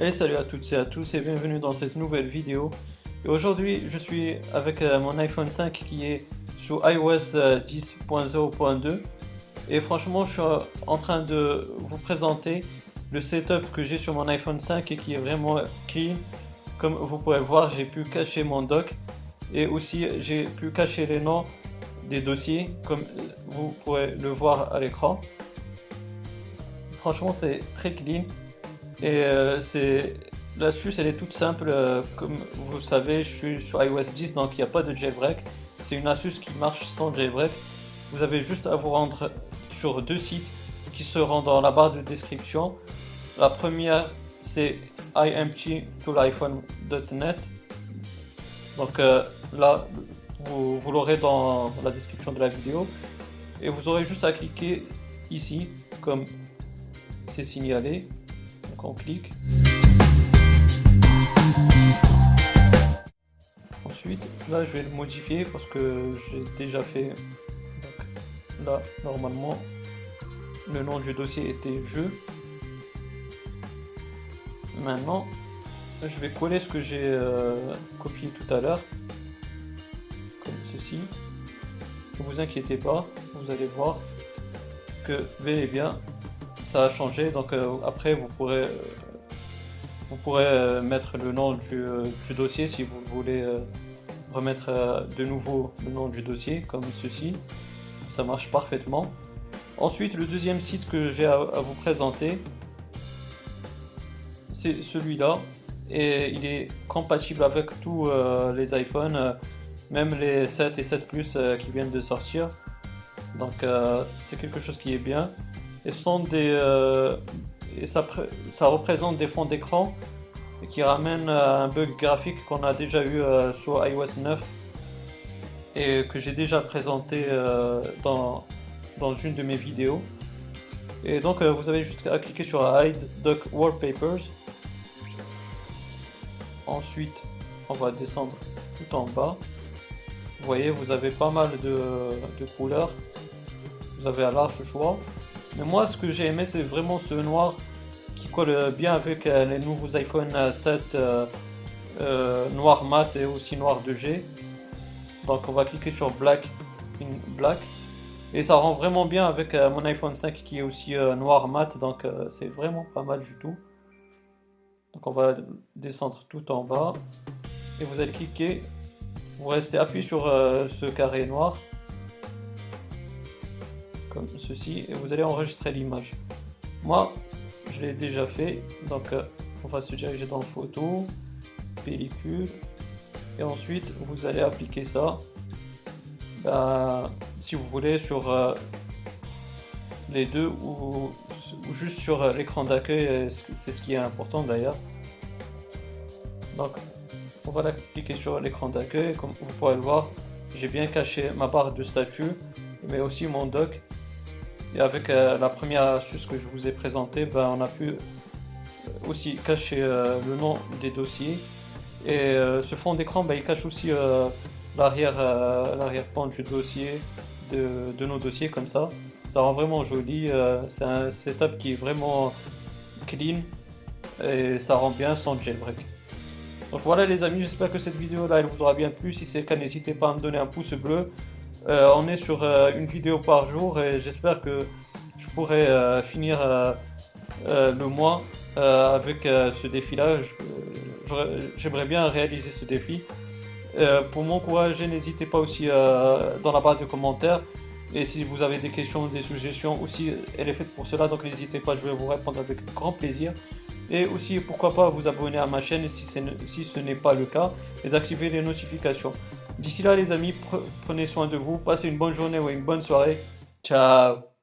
Et salut à toutes et à tous et bienvenue dans cette nouvelle vidéo. Et aujourd'hui je suis avec mon iPhone 5 qui est sur iOS 10.0.2 et franchement je suis en train de vous présenter le setup que j'ai sur mon iPhone 5 et qui est vraiment clean. Comme vous pouvez le voir, j'ai pu cacher mon dock et aussi j'ai pu cacher les noms des dossiers comme vous pourrez le voir à l'écran. Franchement c'est très clean. Et l'astuce elle est toute simple, comme vous savez je suis sur iOS 10 donc il n'y a pas de jailbreak. C'est une astuce qui marche sans jailbreak. Vous avez juste à vous rendre sur deux sites qui seront dans la barre de description. La première c'est imp2liphone.net. Donc là vous l'aurez dans la description de la vidéo. Et vous aurez juste à cliquer ici comme c'est signalé. Donc on clique. Ensuite, là je vais le modifier parce que j'ai déjà fait. Donc là, normalement, le nom du dossier était jeu. Maintenant, je vais coller ce que j'ai copié tout à l'heure, comme ceci. Ne vous inquiétez pas, vous allez voir que bel et bien ça a changé. Donc après vous pourrez mettre le nom du dossier si vous voulez remettre de nouveau le nom du dossier comme ceci. Ça marche parfaitement. Ensuite le deuxième site que j'ai à vous présenter c'est celui-là et il est compatible avec tous les iPhones, même les 7 et 7 Plus qui viennent de sortir. Donc c'est quelque chose qui est bien. Et ça représente des fonds d'écran qui ramènent un bug graphique qu'on a déjà eu sur iOS 9 et que j'ai déjà présenté dans une de mes vidéos. Et donc vous avez juste à cliquer sur Hide Dock Wallpapers. Ensuite on va descendre tout en bas. Vous voyez, vous avez pas mal de couleurs, vous avez un large choix. Mais moi ce que j'ai aimé c'est vraiment ce noir qui colle bien avec les nouveaux iPhone 7 noir mat et aussi noir 2G. Donc on va cliquer sur Black in Black et ça rend vraiment bien avec mon iPhone 5 qui est aussi noir mat, donc c'est vraiment pas mal du tout. Donc on va descendre tout en bas et vous allez cliquer, vous restez appuyé sur ce carré noir comme ceci et vous allez enregistrer l'image. Moi je l'ai déjà fait, donc on va se diriger dans photo, pellicule et ensuite vous allez appliquer ça si vous voulez sur les deux ou juste sur l'écran d'accueil, c'est ce qui est important d'ailleurs. Donc on va cliquer sur l'écran d'accueil. Comme vous pourrez le voir, j'ai bien caché ma barre de statut mais aussi mon dock. Et avec la première astuce que je vous ai présentée, on a pu aussi cacher le nom des dossiers. Et ce fond d'écran, il cache aussi l'arrière-plan du dossier, de nos dossiers comme ça. Ça rend vraiment joli. C'est un setup qui est vraiment clean et ça rend bien sans jailbreak. Donc voilà les amis, j'espère que cette vidéo là elle vous aura bien plu. Si c'est le cas, n'hésitez pas à me donner un pouce bleu. On est sur une vidéo par jour et j'espère que je pourrai finir le mois avec ce défi là. J'aimerais bien réaliser ce défi. Pour m'encourager, n'hésitez pas aussi dans la barre de commentaires. Et si vous avez des questions, des suggestions aussi, elle est faite pour cela, donc n'hésitez pas, je vais vous répondre avec grand plaisir. Et aussi pourquoi pas vous abonner à ma chaîne si ce n'est pas le cas et d'activer les notifications. D'ici là les amis, prenez soin de vous, passez une bonne journée ou une bonne soirée. Ciao.